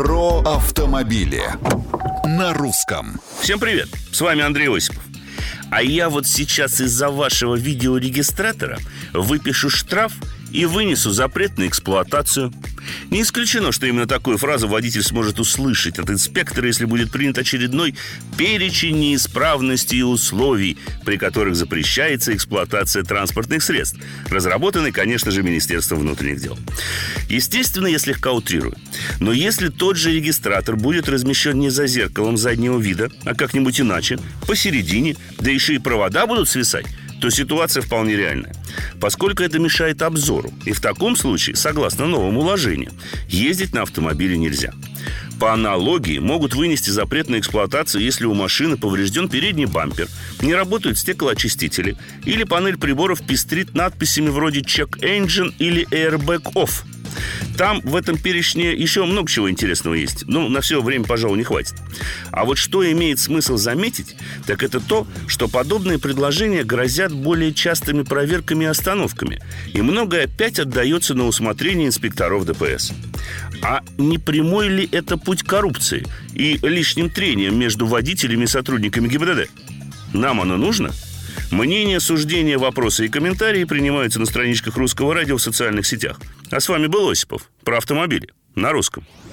Про автомобили на русском. Всем привет, с вами Андрей Осипов. А я вот сейчас из-за вашего видеорегистратора выпишу штраф и вынесу запрет на эксплуатацию. Не исключено, что именно такую фразу водитель сможет услышать от инспектора, если будет принят очередной перечень неисправностей и условий, при которых запрещается эксплуатация транспортных средств, разработанный, конечно же, Министерством внутренних дел. Естественно, я слегка утрирую. Но если тот же регистратор будет размещен не за зеркалом заднего вида, а как-нибудь иначе, посередине, да еще и провода будут свисать, то ситуация вполне реальная, поскольку это мешает обзору. И в таком случае, согласно новым уложениям, ездить на автомобиле нельзя. По аналогии могут вынести запрет на эксплуатацию, если у машины поврежден передний бампер, не работают стеклоочистители или панель приборов пестрит надписями вроде «Check Engine» или «Airbag Off». Там в этом перечне еще много чего интересного есть. Но на все время, пожалуй, не хватит. А вот что имеет смысл заметить, так это то, что подобные предложения грозят более частыми проверками и остановками. И многое опять отдается на усмотрение инспекторов ДПС. А не прямой ли это путь коррупции и лишним трением между водителями и сотрудниками ГИБДД? Нам оно нужно? Мнения, суждения, вопросы и комментарии принимаются на страничках Русского радио в социальных сетях. А с вами был Осипов. Про автомобили на русском.